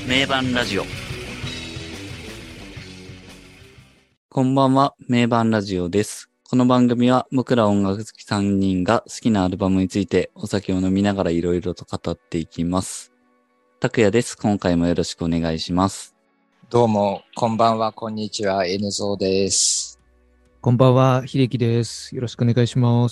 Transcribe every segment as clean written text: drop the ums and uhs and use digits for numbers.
名盤ラジオ。こんばんは、名盤ラジオです。この番組は僕ら音楽好き3人が好きなアルバムについてお酒を飲みながらいろいろと語っていきます。拓也です。今回もよろしくお願いします。 どうも、こんばんは、こんにちは、N ゾーです。 こんばんは、秀樹です。よろしくお願いします。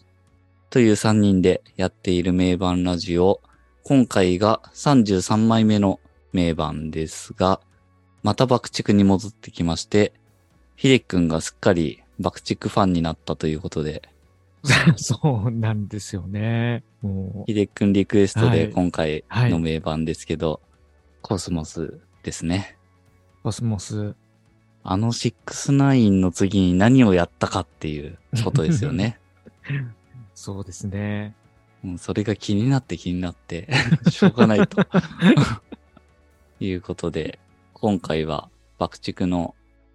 という3人でやっている名盤ラジオ。今回が33枚目の名盤ですが、また爆竹に戻ってきまして、秀樹くんがすっかり爆竹ファンになったということで。 そうなんですよね。もう秀樹くんリクエストで今回の名盤ですけど、コスモスですね。 コスモス。 6ix9ineの次に何をやったかっていうことですよね。 そうですね。 それが気になって、しょうがないと。いうことで、今回は爆竹の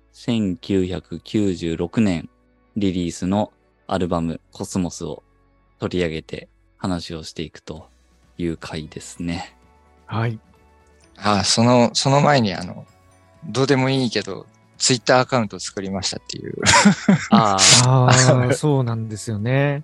1996年リリースのアルバムコスモスを取り上げて話をしていくという回ですね。 はい。 その前にどうでもいいけど、ツイッターアカウント作りましたっていう。 そうなんですよね。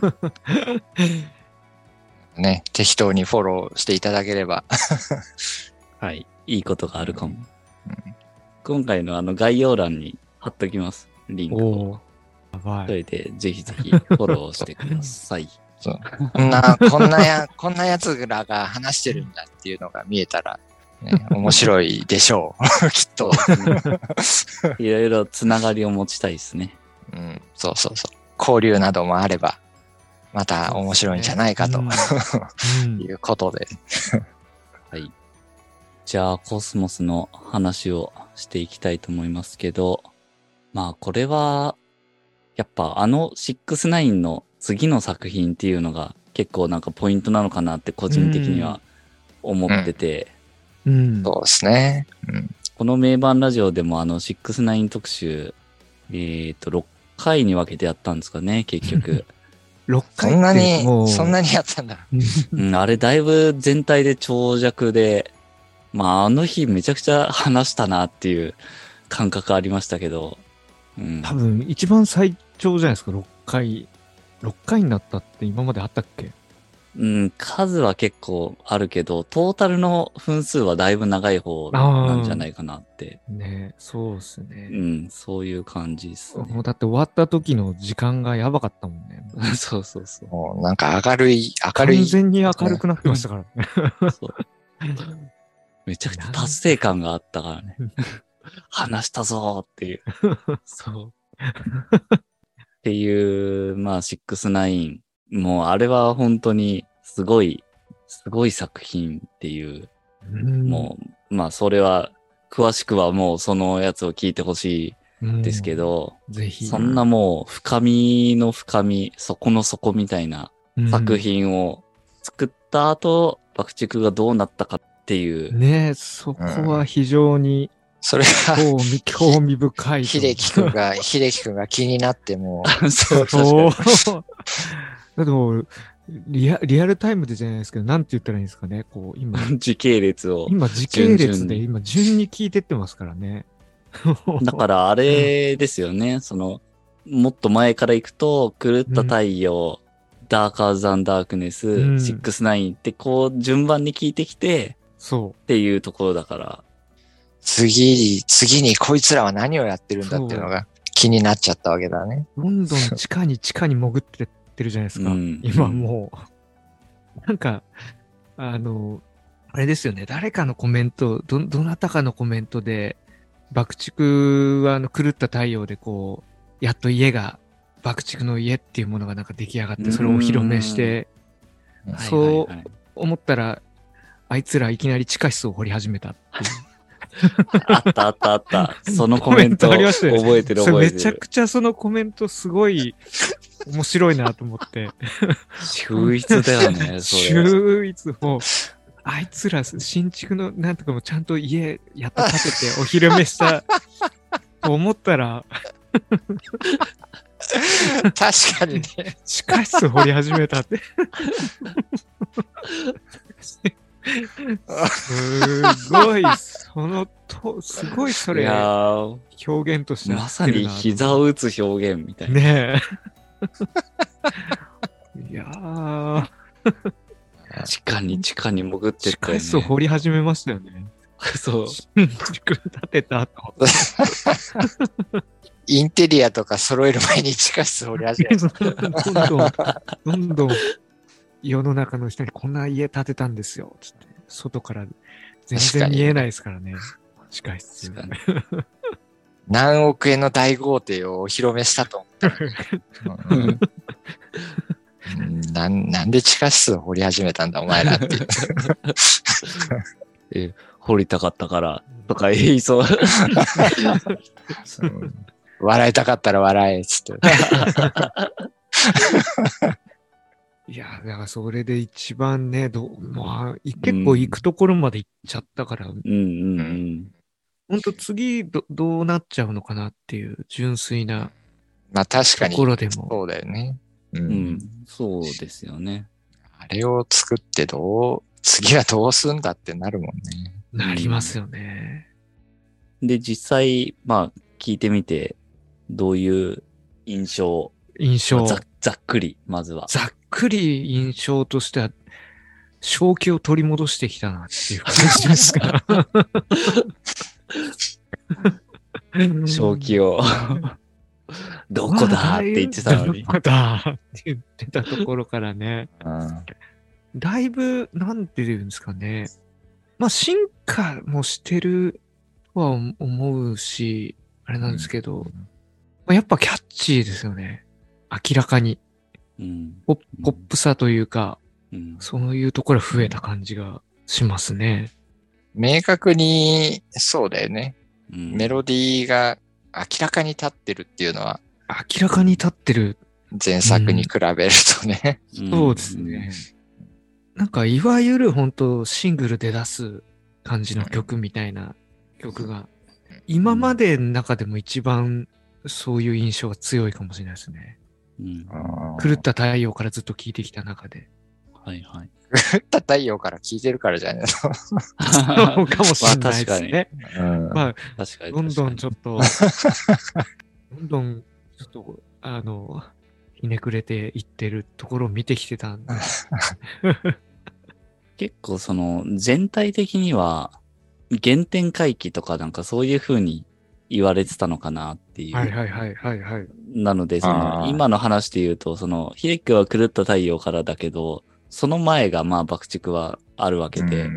ね、適当にフォローしていただければ。 はい。いいことがあるかも。今回の概要欄に貼っときます。リンクを。 やばい。 それでぜひぜひフォローしてください。 そうこんなやつらが話してるんだっていうのが見えたら、ね、面白いでしょう。きっと。 いろいろつながりを持ちたいですね。 そう。交流などもあれば、また面白いんじゃないかと、いうことで。 はい。じゃあ、コスモスの話をしていきたいと思いますけど、まあ、これは、やっぱ6ix9ineの次の作品っていうのが結構なんかポイントなのかなって個人的には思ってて。 そうですね。 この名盤ラジオでも6ix9ine特集、6回に分けてやったんですかね、結局。 6回ってそんなにやったんだ。 あれだいぶ全体で長尺で、まああの日めちゃくちゃ話したなっていう感覚ありましたけど。 多分一番最長じゃないですか、6回。6回になったって今まであったっけ？ 数は結構あるけど、トータルの分数はだいぶ長い方なんじゃないかなって。 ね、そうですね。 そういう感じですね。 もうだって終わった時の時間がやばかったもんね。 そう。 もうなんか明るい。 完全に明るくなってましたからね。そう。 めちゃくちゃ達成感があったからね。話したぞーっていう。そう。っていう、まあ、6ix9ine。もう、あれは本当にすごい作品っていう。もう、まあ、それは、詳しくはもうそのやつを聞いてほしいですけど、 ぜひ。 そんなもう、深みの深み、底の底みたいな作品を作った後、爆竹がどうなったかっていう。 ね、そこは非常に、 それが興味深い。 秀樹くんが気になってもそう。だってもうリアルタイムでじゃないですけど、なんて言ったらいいんですかね。こう今時系列を今時系列で今順に聞いてってますからね。 だからあれですよね。もっと前から行くと、狂った太陽、ダーカーザンダークネス、6ix9ineってこう順番に聞いてきて、 そうっていうところだから。 次にこいつらは何をやってるんだっていうのが気になっちゃったわけだね。 どんどん地下に潜ってってるじゃないですか。今もう。なんか、あれですよね。誰かのコメント、どなたかのコメントで、爆竹は狂った太陽でこう、やっと爆竹の家っていうものがなんか出来上がって、それをお披露目して、そう思ったら、あいつらいきなり地下室を掘り始めたっていう。 あった。そのコメント覚えてる。 めちゃくちゃそのコメントすごい面白いなと思って。 秀逸だよね、それ。 秀逸。もう、あいつら新築のなんとかもちゃんと家やっと建ててお披露目したと思ったら、 確かにね。 地下室掘り始めたって。 すごい、すごいそいれ、 やー、 表現として合まさにってるな膝を打つ表現みたいな。 ねえ。いやー、 地下に潜って地下ったよね。 室を掘り始めましたよね。 そう。 築建てた後。 インテリアとか揃える前に地下室掘り始めた。 どんどん世の中の人にこんな家建てたんですよ。つって外から全然見えないですからね。地下室。 確かに。 何億円の大豪邸をお披露目したと思ったのに。なんで地下室を掘り始めたんだお前らっていう。 掘りたかったからとか言いそう。 笑いたかったら笑えっつって。 いや、だからそれで一番ね、まあ、結構行くところまで行っちゃったから、 うんうんうん。 本当次どうなっちゃうのかなっていう純粋なまあ確かに。 ところでも。 そうだよね。 うん、そうですよね。 あれを作って次はどうすんだってなるもんね。 なりますよね。 で、実際、まあ、聞いてみて、どういう印象ざっくり、まずは。 ざっくり印象としては、正気を取り戻してきたなっていう感じですか。 正気を。どこだって言ってたのに。 どこだって言ってたところからね。だいぶ、なんて言うんですかね。まあ、進化もしてるとは思うし、あれなんですけど、まあ、やっぱキャッチーですよね。明らかに。ポップさというか、そういうところ増えた感じがしますね。 明確に、そうだよね。メロディーが明らかに立ってるっていうのは。 明らかに立ってる。 前作に比べるとね。 そうですね。なんか、いわゆる本当シングルで出す感じの曲みたいな曲が、今までの中でも一番そういう印象が強いかもしれないですね。狂った太陽からずっと聴いてきた中で。 はいはい。 狂った太陽から聴いてるからじゃないのそうかもしれないですね。まあ、 確かに。 どんどんちょっと、ひねくれていってるところを見てきてたんで。 結構全体的には原点回帰とかなんかそういう風に言われてたのかなっていう。 はいはいはいはいはい。 なので、今の話で言うと、秀樹は狂った太陽からだけど、その前がまあ爆竹はあるわけで、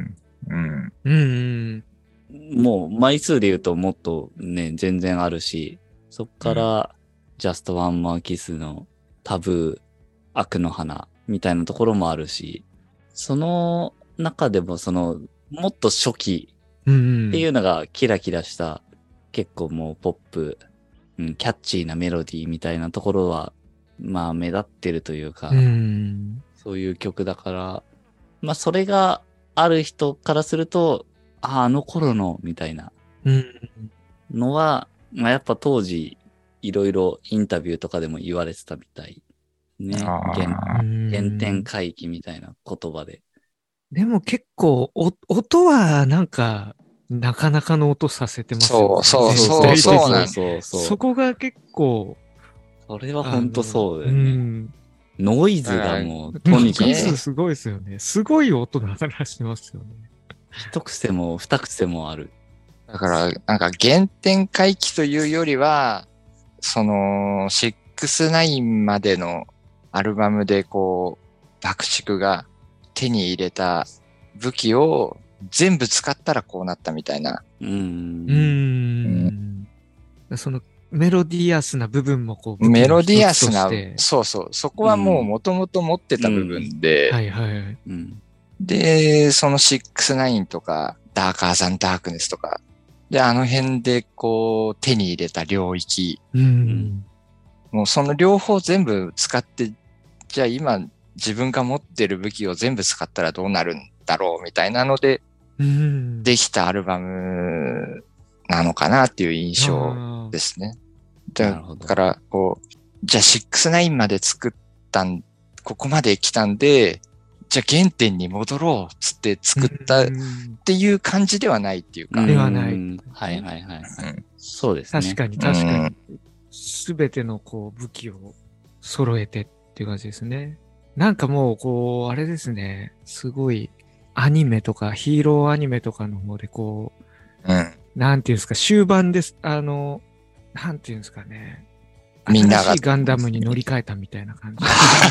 もう枚数で言うともっとね、全然あるし、そっから、Just One More Kiss のタブー、悪の花みたいなところもあるし、その中でももっと初期っていうのがキラキラした、結構もうポップ、キャッチーなメロディーみたいなところは、まあ目立ってるというか、そういう曲だから、まあそれがある人からすると、あの頃のみたいなのは、まあやっぱ当時いろいろインタビューとかでも言われてたみたい。ね。原点回帰みたいな言葉で。 でも結構、音はなんか、なかなかの音させてますよね。 そうなんそこが結構。 それは本当そうだよね。ノイズがもう、とにかく。 すごいですよね。すごい音が鳴らしてますよね。 一癖も二癖もある。 だから、なんか原点回帰というよりは、6ix9ineまでのアルバムでこう、爆竹が手に入れた武器を全部使ったらこうなったみたいな。 そのメロディアスな部分もこう、 メロディアスな、そうそう。そこはもう元々持ってた部分で、で、その6ix9ineとか、ダーカーザンダークネスとか、で、あの辺でこう、手に入れた領域、もうその両方全部使って、じゃあ今自分が持ってる武器を全部使ったらどうなるんだろうみたいなので、できたアルバムなのかなっていう印象ですね。だから、こう、じゃあ6ix9ineまで作ったここまで来たんで、 じゃあ原点に戻ろうっつって作ったっていう感じではないっていうか。 ではない。 はいはいはい。そうですね。 確かに確かに。すべてのこう武器を揃えてっていう感じですね。なんかもうこう、あれですね。すごいアニメとかヒーローアニメとかの方でこう、なんていうんですか、終盤です。なんていうんですかね。 みんなが。 新しいガンダムに乗り換えたみたいな感じ。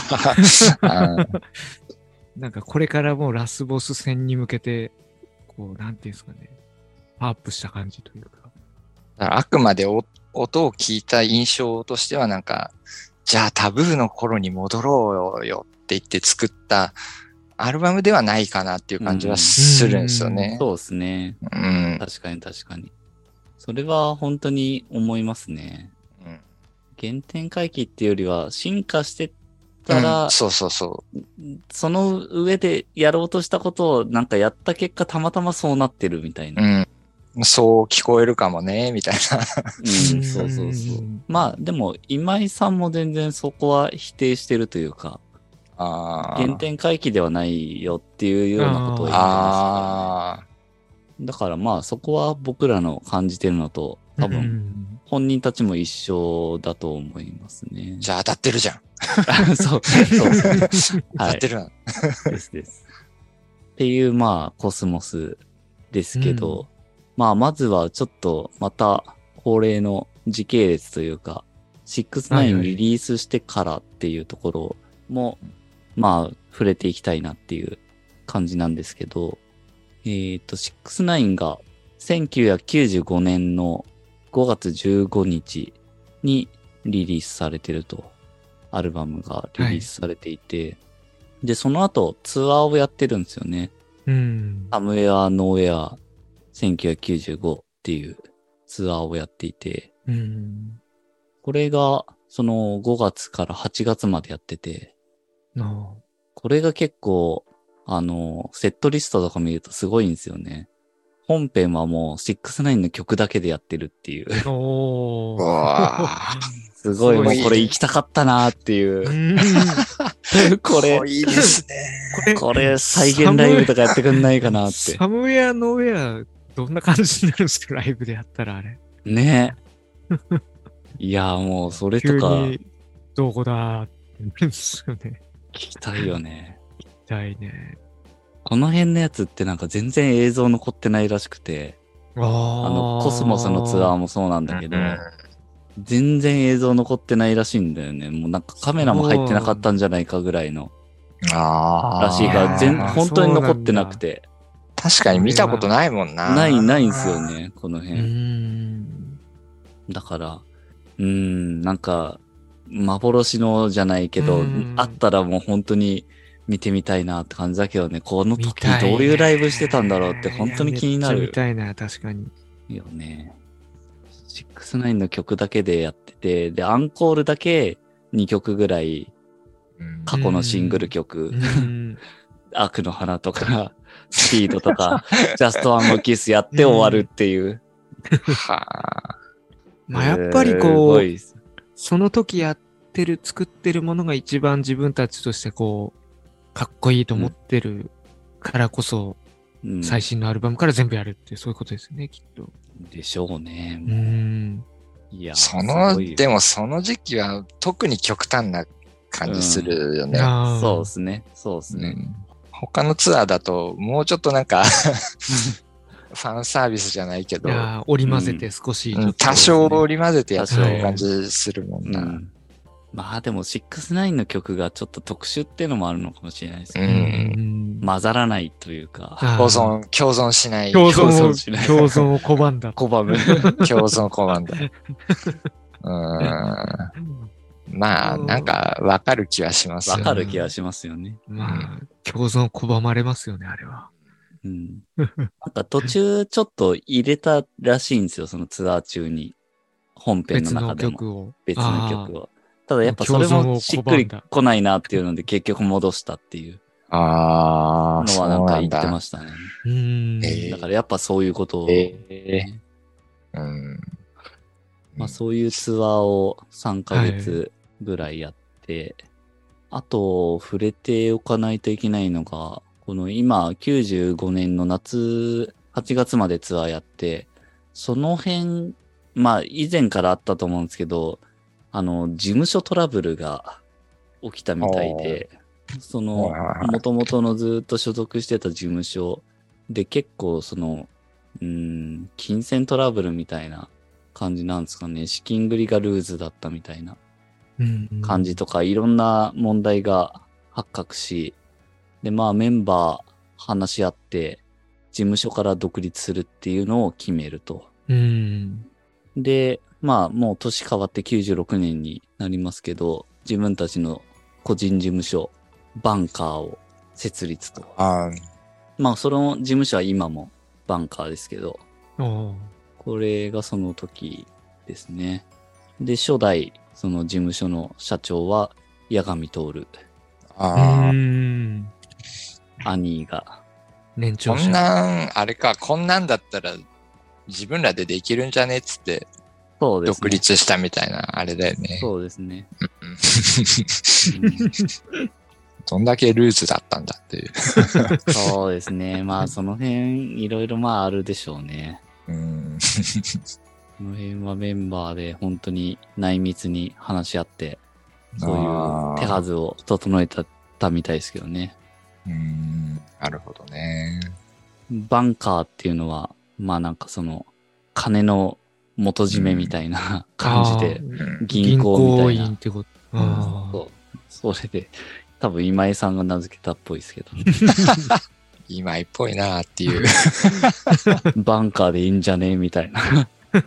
なんかこれからもうラスボス戦に向けて、こう、なんていうんですかね。パワーアップした感じというか。 あくまで音を聞いた印象としてはなんか、じゃあタブーの頃に戻ろうよって言って作ったアルバムではないかなっていう感じはするんですよね。 そうですね。確かに確かに。それは本当に思いますね。原点回帰っていうよりは進化してたら、 そうそうそう。 その上でやろうとしたことをなんかやった結果たまたまそうなってるみたいな。 そう聞こえるかもね、みたいな。 そうそうそう。まあでも今井さんも全然そこは否定してるというか、原点回帰ではないよっていうようなことを言ってます、ね。だからまあそこは僕らの感じてるのと多分本人たちも一緒だと思いますね。 じゃあ当たってるじゃん。 そう。 当たってるな。 ですです。っていうまあコスモスですけど、まあまずはちょっとまた恒例の時系列というか、6ix9ineリリースしてからっていうところも、まあ触れていきたいなっていう感じなんですけど、6ix9ineが1995年の5月15日にリリースされてると、アルバムがリリースされていて、で、その後ツアーをやってるんですよね。サムウェア、ノーウェア、1995っていうツアーをやっていて、これがその5月から8月までやってて、これが結構、セットリストとか見るとすごいんですよね。本編はもう6ix9ineの曲だけでやってるっていう。すごい、もうこれ行きたかったなっていう。これ、 いいですね。 これ再現ライブとかやってくんないかなって。 サムウェア、ノーウェア、どんな感じになるんですか、ライブでやったらあれ。 ねいや、もうそれとか。急にどこだって言うんですよね。 聞きたいよね。 聞きたいね。 この辺のやつってなんか全然映像残ってないらしくて。コスモスのツアーもそうなんだけど、全然映像残ってないらしいんだよね。もうなんかカメラも入ってなかったんじゃないかぐらいの。らしいから、本当に残ってなくて。 確かに見たことないもんな。 ないんすよね、この辺。だから、なんか、幻のじゃないけど、あったらもう本当に見てみたいなって感じだけどね、この時どういうライブしてたんだろうって本当に気になる。 見たいな、確かに。 よね。6ix9ineの曲だけでやってて、で、アンコールだけ2曲ぐらい、過去のシングル曲、悪の花とか、スピードとか、ジャストワンのキスやって終わるっていう。 まあやっぱりこう、その時やってる、作ってるものが一番自分たちとしてこう、かっこいいと思ってるからこそ、最新のアルバムから全部やるってそういうことですよね、きっと。 でしょうね。 いや、でもその時期は特に極端な感じするよね。 そうですね。そうですね。 他のツアーだと、もうちょっとなんかファンサービスじゃないけど。 織り交ぜて少し。 多少織り交ぜてやってる感じするもんな。 まあでも6ix9ineの曲がちょっと特殊っていうのもあるのかもしれないですね。混ざらないというか。 共存しない。 共存を拒んだ。 拒む。 共存を拒んだ。まあ、なんか、わかる気はしますよね。 わかる気はしますよね。 まあ、共存を拒まれますよね、あれは。 なんか途中ちょっと入れたらしいんですよ、そのツアー中に。本編の中でも。別の曲を。ただやっぱそれもしっくり来ないなっていうので結局戻したっていうのはなんか言ってましたね。だからやっぱそういうことを、まあそういうツアーを3ヶ月ぐらいやって、 あと、触れておかないといけないのが、この今、95年の夏、8月までツアーやって、その辺、まあ、以前からあったと思うんですけど、事務所トラブルが起きたみたいで、その、元々のずっと所属してた事務所で結構金銭トラブルみたいな感じなんですかね。資金繰りがルーズだったみたいな感じとか、いろんな問題が発覚し、で、まあメンバー話し合って、事務所から独立するっていうのを決めると。で、まあもう年変わって96年になりますけど、自分たちの個人事務所、バンカーを設立と。まあその事務所は今もバンカーですけど、これがその時ですね。で、初代その事務所の社長は八神徹。兄が。 年長者。 こんなんだったら自分らでできるんじゃねっつって、 そうですね。 独立したみたいな、あれだよね。 そうですね。 どんだけルーズだったんだっていう。 そうですね。まあその辺いろいろまああるでしょうね。この辺はメンバーで本当に内密に話し合って、そういう手はずを整えたみたいですけどね。 なるほどね。 バンカーっていうのは、まあなんか金の元締めみたいな感じで、銀行みたいな。 銀行員ってこと。 それで、多分今井さんが名付けたっぽいですけど。 今井っぽいなっていう。 バンカーでいいんじゃねみたいな。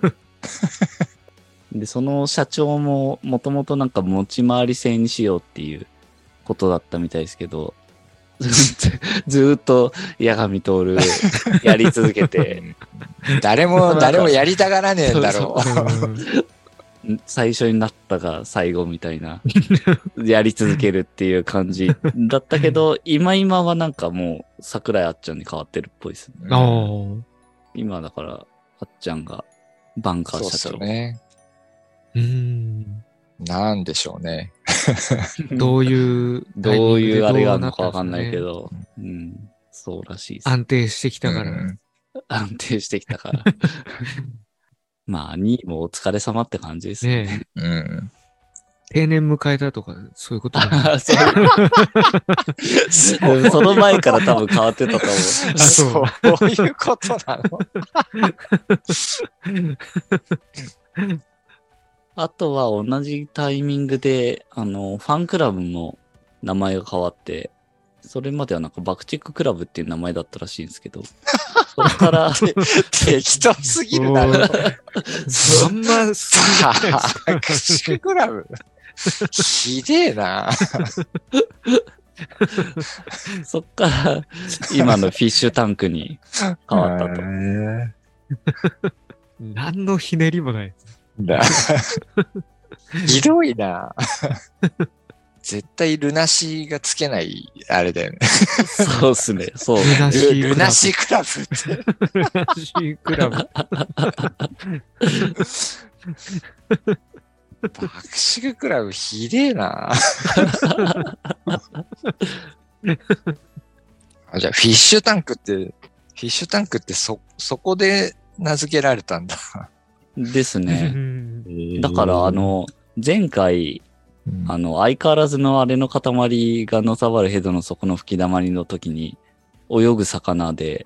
で、その社長ももともとなんか持ち回り制にしようっていうことだったみたいですけど、ずーっと八神徹やり続けて、 誰もやりたがらねえんだろう。 最初になったが最後みたいな、やり続けるっていう感じだったけど、今はなんかもう桜井あっちゃんに変わってるっぽいですね。今だからあっちゃんがバンカー社長。 そうですよね。なんでしょうね。 どういうあれがあるのかわかんないけど、そうらしいです。 安定してきたから。 安定してきたから。まあ、2位もお疲れ様って感じですね。 定年迎えたとか、そういうことその前から多分変わってたと思う。 そういうことなの。 あとは同じタイミングで、ファンクラブも名前が変わって、それまではなんか爆竹クラブっていう名前だったらしいんですけど、そこから適当すぎるな。 そんな、 爆竹クラブひでえな。 そっから今のフィッシュタンクに変わったと。 何のひねりもない。 ひどいな。絶対ルナシーがつけないあれだよね。 そうっすね。そう。 ルナシークラブって。 ルナシークラブ。 爆竹クラブひでえな。じゃあフィッシュタンクってそこで名付けられたんだ。 ですね。だから前回、相変わらずのあれの塊がのさばるヘドの底の吹き溜まりの時に、泳ぐ魚で、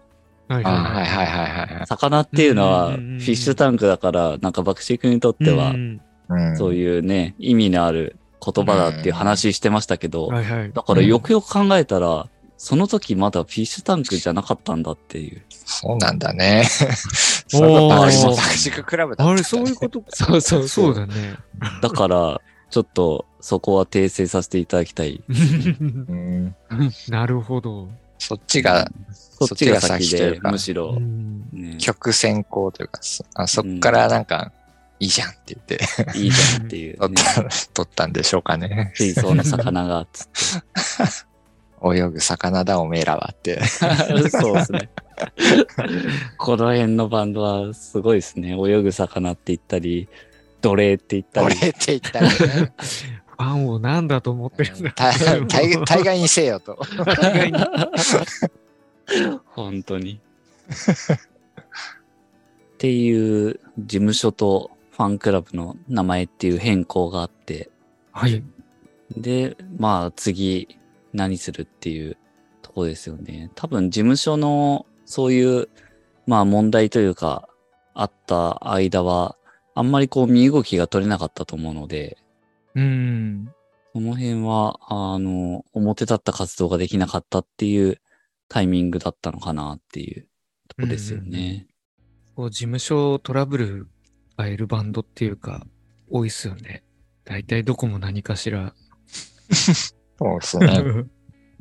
魚っていうのはフィッシュタンクだから、なんか爆竹にとっては、そういうね、意味のある言葉だっていう話してましたけど、だからよくよく考えたら、その時まだフィッシュタンクじゃなかったんだっていう。 そうなんだね。そういうことあります。爆竹クラブだった。 あれ、そういうこと。そうだね。 だから、ちょっとそこは訂正させていただきたい。 なるほど。 そっちが先で、むしろ、 曲先行というか、そっからなんか、いいじゃんって言って。 いいじゃんっていう、 取ったんでしょうかね。 水槽の魚が、つって。 泳ぐ魚だおめえらはって。 そうですね。この辺のバンドはすごいですね。泳ぐ魚って言ったり、奴隷って言ったり。 奴隷って言ったりね。 ファンをなんだと思ってるんだ。 大概にせよと。 大概に。 本当に。っていう事務所とファンクラブの名前っていう変更があって、 はい。 で、まあ次何するっていうとこですよね。多分事務所のそういうまあ問題というかあった間はあんまりこう身動きが取れなかったと思うので、 うん。 その辺は表立った活動ができなかったっていうタイミングだったのかなっていうとこですよね。 こう事務所トラブルが得るバンドっていうか多いっすよね。大体どこも何かしら。 そうですね。 うん。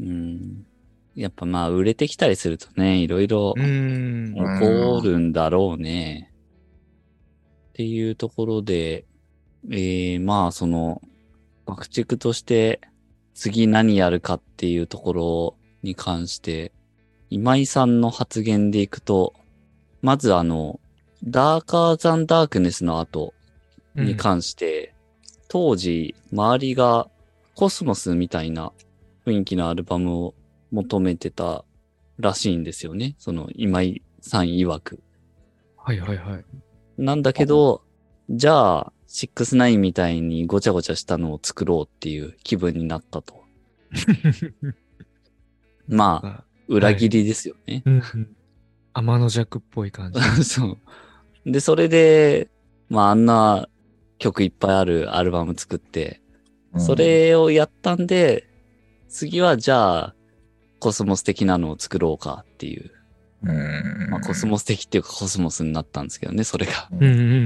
やっぱまあ売れてきたりするとね、いろいろ起こるんだろうね。っていうところで、まあその爆竹として次何やるかっていうところに関して、今井さんの発言でいくと、まずダーカーザンダークネスの後に関して、当時周りがコスモスみたいな雰囲気のアルバムを求めてたらしいんですよね。その今井さん曰く。 はいはいはい。 なんだけど、じゃあ、6ix9ineみたいにごちゃごちゃしたのを作ろうっていう気分になったと。まあ、裏切りですよね。 天の弱っぽい感じ。 そう。で、それで、まああんな曲いっぱいあるアルバム作って、それをやったんで、次はじゃあ、コスモス的なのを作ろうかっていう。まあコスモス的っていうかコスモスになったんですけどね、それが。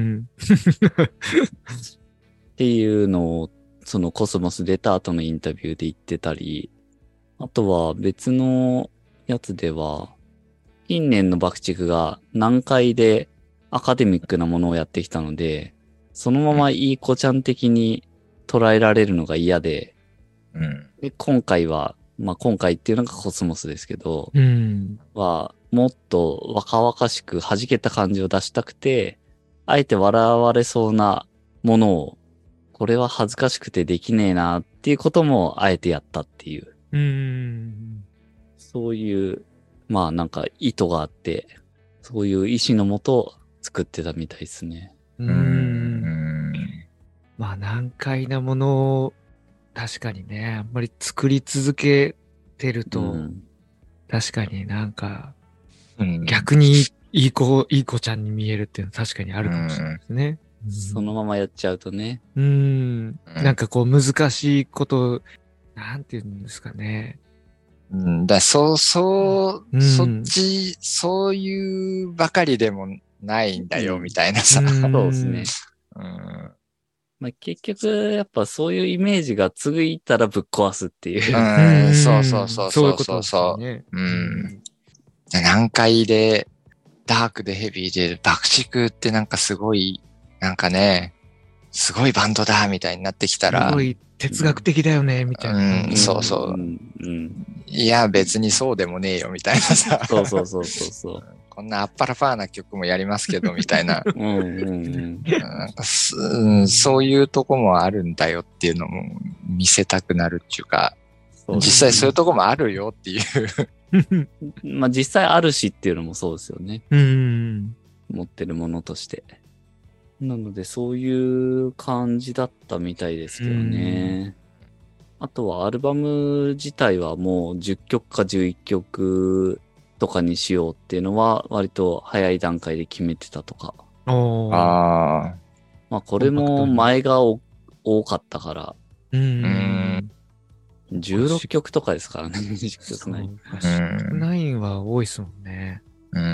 っていうのを、そのコスモス出た後のインタビューで言ってたり、あとは別のやつでは、近年の爆竹が難解でアカデミックなものをやってきたので、そのままいい子ちゃん的に捉えられるのが嫌で、で今回は、まあ今回っていうのがコスモスですけど、はもっと若々しく弾けた感じを出したくて、あえて笑われそうなものを、これは恥ずかしくてできねえなっていうこともあえてやったっていう。そういう、まあなんか意図があって、そういう意志のもと作ってたみたいですね。 まあ難解なものを確かにね、あんまり作り続けてると、確かになんか、逆にいい子ちゃんに見えるっていうのは確かにあるかもしれないですね。 そのままやっちゃうとね。 なんかこう難しいこと、なんていうんですかね。 そっち、そういうばかりでもないんだよ、みたいなさ。 そうですね。まあ、結局、やっぱそういうイメージが続いたらぶっ壊すっていう。 そういうことですね。難解で、ダークでヘビーで、爆竹ってなんかすごい、なんかね、すごいバンドだ、みたいになってきたら。 すごい哲学的だよね、みたいな。 そうそう。いや、別にそうでもねえよ、みたいなさ。 そう。 こんなアッパラファーな曲もやりますけど、みたいな。そういうとこもあるんだよっていうのも見せたくなるっていうか、実際そういうとこもあるよっていう。 まあ実際あるしっていうのもそうですよね。持ってるものとして。なのでそういう感じだったみたいですけどね。あとはアルバム自体はもう10曲か11曲とかにしようっていうのは割と早い段階で決めてたとか。まあこれも前が多かったから。16曲とかですからね。 6ix9ineは多いですもんね。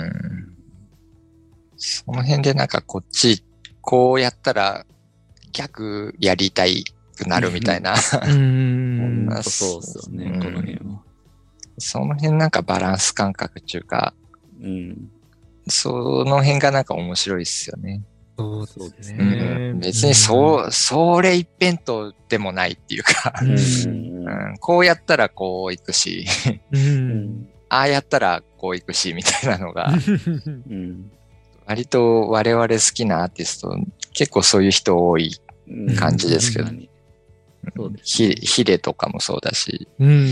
その辺でなんかこっち、こうやったら逆やりたいくなるみたいな。 そうですよね、この辺は。 その辺なんかバランス感覚っていうか、その辺がなんか面白いですよね。 そうですね。 別にそれ一辺倒でもないっていうか、こうやったらこういくし、ああやったらこういくしみたいなのが、割と我々好きなアーティスト、結構そういう人多い感じですけど。 そうですね。 ヒレとかもそうだし、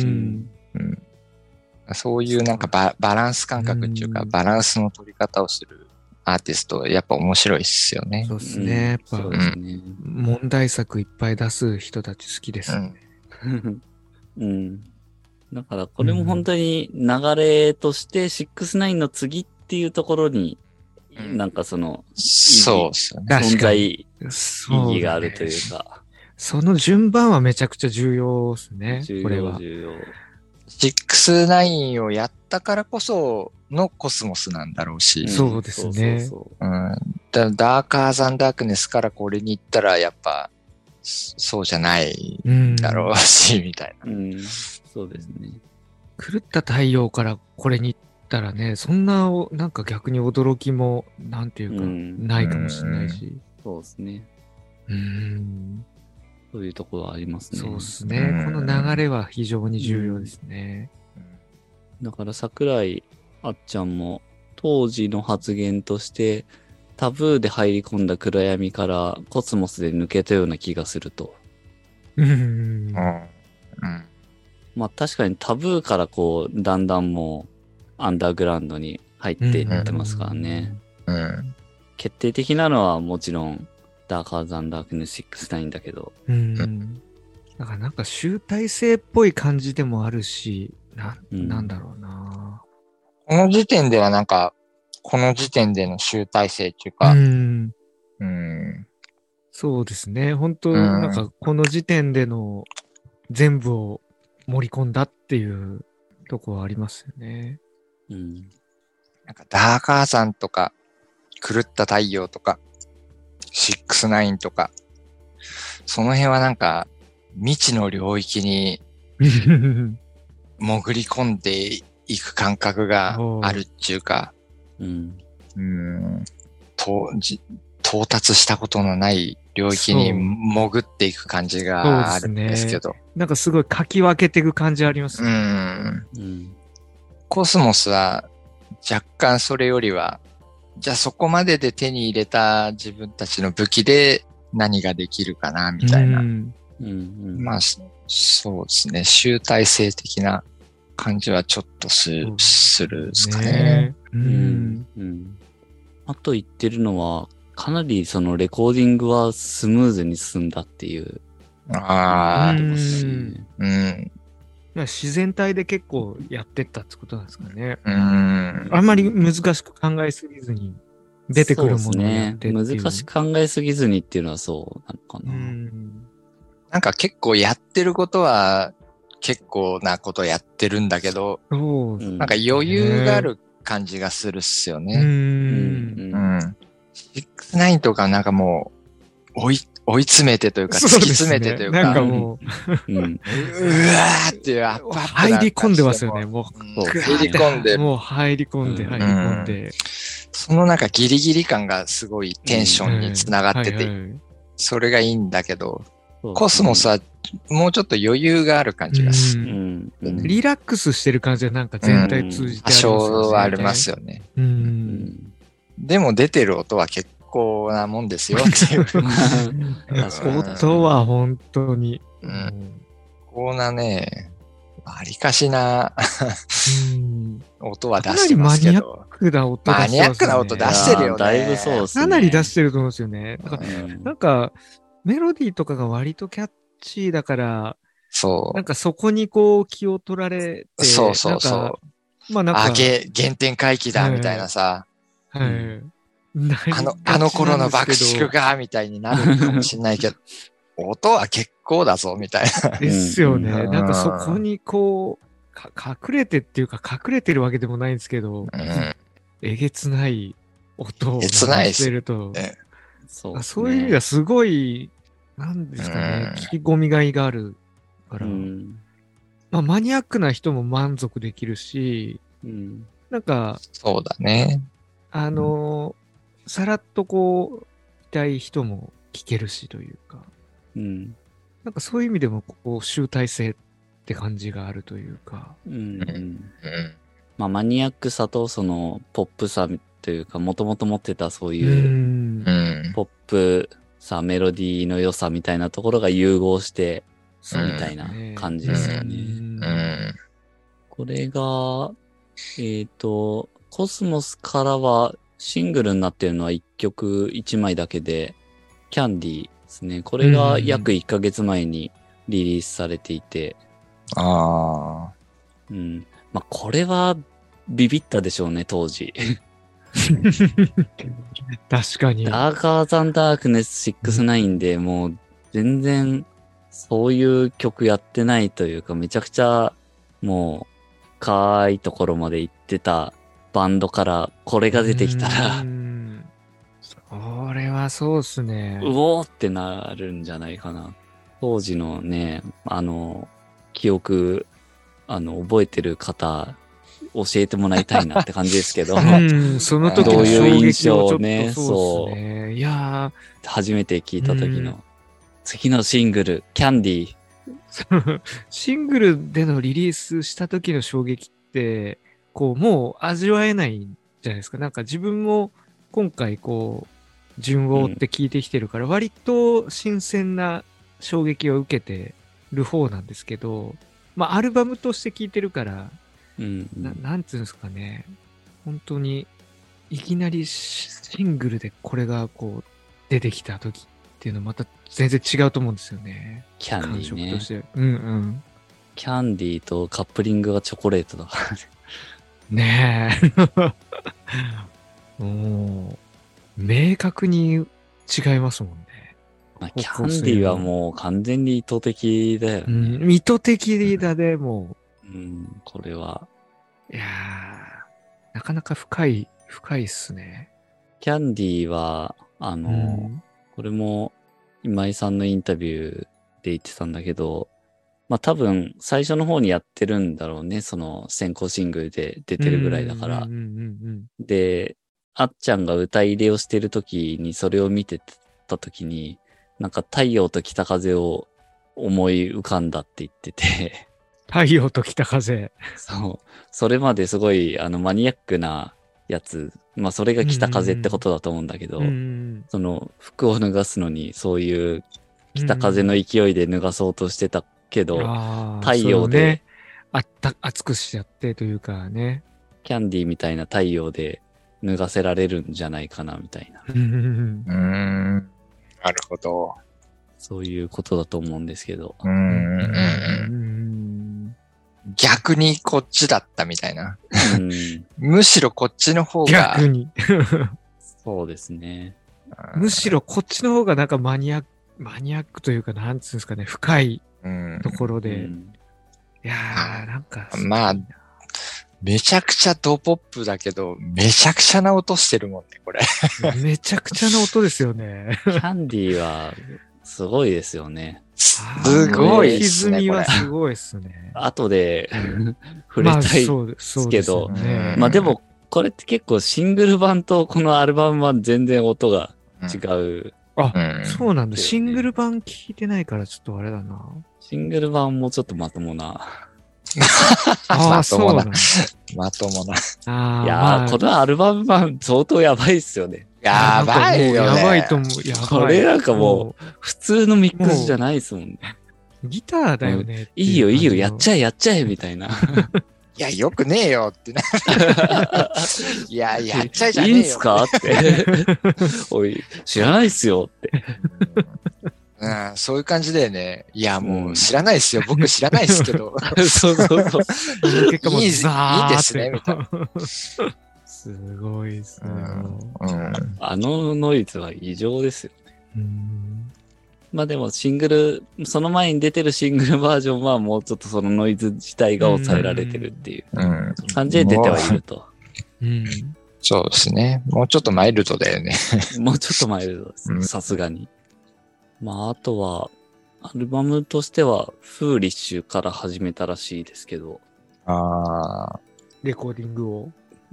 そういうなんかバランス感覚っていうか、バランスの取り方をするアーティスト、やっぱ面白いっすよね。 そうですね。やっぱ、問題作いっぱい出す人たち好きですね。 だからこれも本当に流れとして6ix9ineの次っていうところに、なんかそうですね。存在意義があるというか。 その順番はめちゃくちゃ重要ですね。これは。 重要。6ix9ineをやったからこそのコスモスなんだろうし。 そうですね。 ダーカーザンダークネスからこれに行ったらやっぱそうじゃないだろうし、みたいな。 そうですね。 狂った太陽からこれに行ったらね、そんななんか逆に驚きもなんていうかないかもしれないし。 そうですね。そういうところはありますね。 そうですね。この流れは非常に重要ですね。 だから桜井あっちゃんも当時の発言としてタブーで入り込んだ暗闇からコスモスで抜けたような気がすると。まあ確かにタブーからこうだんだんもうアンダーグラウンドに入っていってますからね。決定的なのはもちろんダーカーザンダークネス6ix9ineだけど。 だからなんか集大成っぽい感じでもあるし、なんだろうな。 この時点ではなんか、この時点での集大成っていうか、 そうですね。本当なんかこの時点での全部を盛り込んだっていうとこはありますよね。 なんかダーカーザンとか、狂った太陽とか、6ix9ineとか、その辺はなんか未知の領域に潜り込んでいく感覚があるっていうか、到達したことのない領域に潜っていく感じがあるんですけど。 なんかすごいかき分けていく感じありますね。コスモスは若干それよりは、じゃあそこまでで手に入れた自分たちの武器で何ができるかな、みたいな。まあ、そうですね。集大成的な感じはちょっとするですかね。 あと言ってるのは、かなりそのレコーディングはスムーズに進んだっていう。 自然体で結構やってったってことなんですかね。あんまり難しく考えすぎずに出てくるものをやってっていう。 難しく考えすぎずにっていうのはそうなのかな。 なんか結構やってることは結構なことやってるんだけど、なんか余裕がある感じがするっすよね。6ix9ineとかなんかもう追い詰めてというか、突き詰めてというか、 なんかもう、 うわーっていうアップ入り込んでますよね、もう。 入り込んで。 もう入り込んで。 そのなんかギリギリ感がすごいテンションにつながってて、それがいいんだけど、コスモスはもうちょっと余裕がある感じがする。 リラックスしてる感じはなんか全体通じてありますよね。 多少はありますよね。でも出てる音は結構なもんですよっていう。 音は本当に。 こんなね、わりかしな音は出してますけど。マニアックな音出してるよね。 だいぶそうですね。 かなり出してると思うんですよね。なんか、メロディーとかが割とキャッチーだから、なんかそこにこう気を取られて、 そう。 まあなんか。 原点回帰だみたいなさ。あの頃の爆竹がみたいになるかもしれないけど、音は結構だぞみたいな。 ですよね。なんかそこにこう、隠れてっていうか隠れてるわけでもないんですけど、えげつない音を出せると、そういう意味ではすごい、なんですかね、聞き込みがいがあるから、まあマニアックな人も満足できるし、なんか、 そうだね。 さらっとこう、いたい人も聞けるしというか、なんかそういう意味でもこう集大成って感じがあるというか、 まあマニアックさとそのポップさというか、もともと持ってたそういうポップさ、メロディーの良さみたいなところが融合してみたいな感じですよね。これが、コスモスからはシングルになってるのは1曲1枚だけで、キャンディーですね。これが約1ヶ月前にリリースされていて。 ああ。 うん。まあ、これはビビったでしょうね、当時。 確かに。 ダーカーザンダークネス69でもう全然そういう曲やってないというか、めちゃくちゃもう深いところまで行ってたバンドからこれが出てきたら、 それはそうっすね。 うおーってなるんじゃないかな。当時のね、記憶、覚えてる方、教えてもらいたいなって感じですけど。 その時の衝撃をちょっとね、 そうですね。いやー。初めて聞いた時の、次のシングル、キャンディー。 シングルでのリリースした時の衝撃って、こう、もう味わえないんじゃないですか。なんか自分も今回こう、順を追って聞いてきてるから、割と新鮮な衝撃を受けてる方なんですけど、まあ、アルバムとして聞いてるから、なんつうんですかね。本当に、いきなりシングルでこれがこう、出てきた時っていうのはまた全然違うと思うんですよね。 キャンディーね。 感触として。うんうん。 キャンディーとカップリングがチョコレートだからね。ねえ。もう、明確に違いますもんね。 まあ、キャンディーはもう完全に意図的だよね。 意図的だね、もう。これは。 いやー、なかなか深いっすね。 キャンディーは、これも今井さんのインタビューで言ってたんだけど、まあ多分最初の方にやってるんだろうね。その先行シングルで出てるぐらいだから。で、あっちゃんが歌入れをしてる時にそれを見てた時に、なんか太陽と北風を思い浮かんだって言ってて。 太陽と北風。 そう。それまですごいマニアックなやつ。まあそれが北風ってことだと思うんだけど、その服を脱がすのにそういう北風の勢いで脱がそうとしてたけど、太陽で、 熱くしちゃってというかね。 キャンディーみたいな太陽で脱がせられるんじゃないかなみたいな。 なるほど。 そういうことだと思うんですけど。 逆にこっちだったみたいな。むしろこっちの方が。 逆に。 そうですね。 むしろこっちの方がなんかマニアックというか、なんつうんですかね、深いところで。いやー、なんか。 まあ、めちゃくちゃドポップだけど、めちゃくちゃな音してるもんね、これ。 めちゃくちゃな音ですよね。 キャンディーは、すごいですよね。 すごいですね。歪みはすごいですね。 後で触れたいですけど。まあでも、これって結構シングル版とこのアルバムは全然音が違う。 そうなんだ。シングル版聞いてないからちょっとあれだな。 シングル版もちょっとまともな。 まともな。まともな。 いやー、このアルバム版相当やばいっすよね。 やばいよね。 やばいと思う。 これなんかもう、普通のミックスじゃないですもんね。 ギターだよね。 いいよ、やっちゃえ、みたいな。 いや、よくねえよってな。いや、やっちゃえじゃねえよ。 いいんすかって。おい、知らないっすよって。 そういう感じだよね。いや、もう知らないっすよ。僕知らないっすけど。 そう。 いいですね、みたいな。 すごいっすね。 あのノイズは異常ですよね。まあでもシングル、その前に出てるシングルバージョンはもうちょっとそのノイズ自体が抑えられてるっていう感じで出てはいると。 そうですね。もうちょっとマイルドだよね。 もうちょっとマイルドですね。さすがに。まああとは、アルバムとしては、フーリッシュから始めたらしいですけど。 レコーディングを。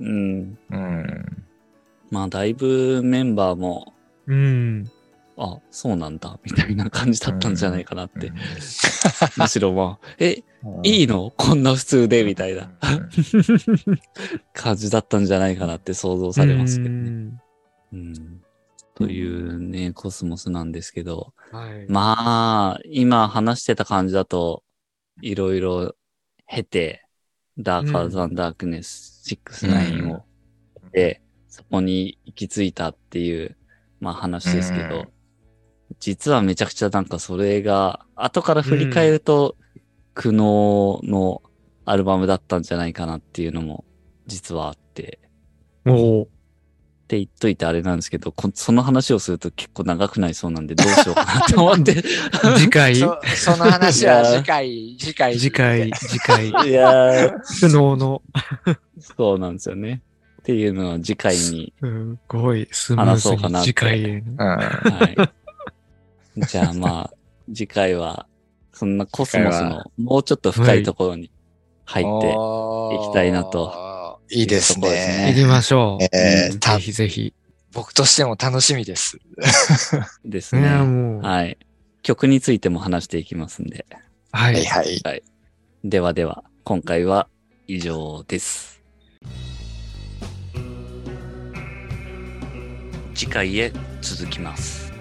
まあだいぶメンバーも、あ、そうなんだ、みたいな感じだったんじゃないかなって。むしろまあ、いいのこんな普通でみたいな感じだったんじゃないかなって想像されますけどね。 というね、コスモスなんですけど、 はい。 まあ、今話してた感じだと、いろいろ経て、ダーカーザンダークネス69をで、そこに行き着いたっていう、まあ話ですけど、実はめちゃくちゃなんかそれが、後から振り返ると、苦悩のアルバムだったんじゃないかなっていうのも、実はあって、 おー。 って言っといてあれなんですけど、その話をすると結構長くなりそうなんでどうしようかなと思って。 次回その話は次回。 次回。 いやー、 苦悩の。 そうなんですよね。っていうのを次回にすごいスムーズに次回へ。 はい。じゃあまあ、次回は、そんなコスモスのもうちょっと深いところに入っていきたいなと。 いいですね。 行きましょう。 ぜひぜひ。 僕としても楽しみです。 ですね。はい。曲についても話していきますんで。 はい。 はい。 ではでは、今回は以上です。次回へ続きます。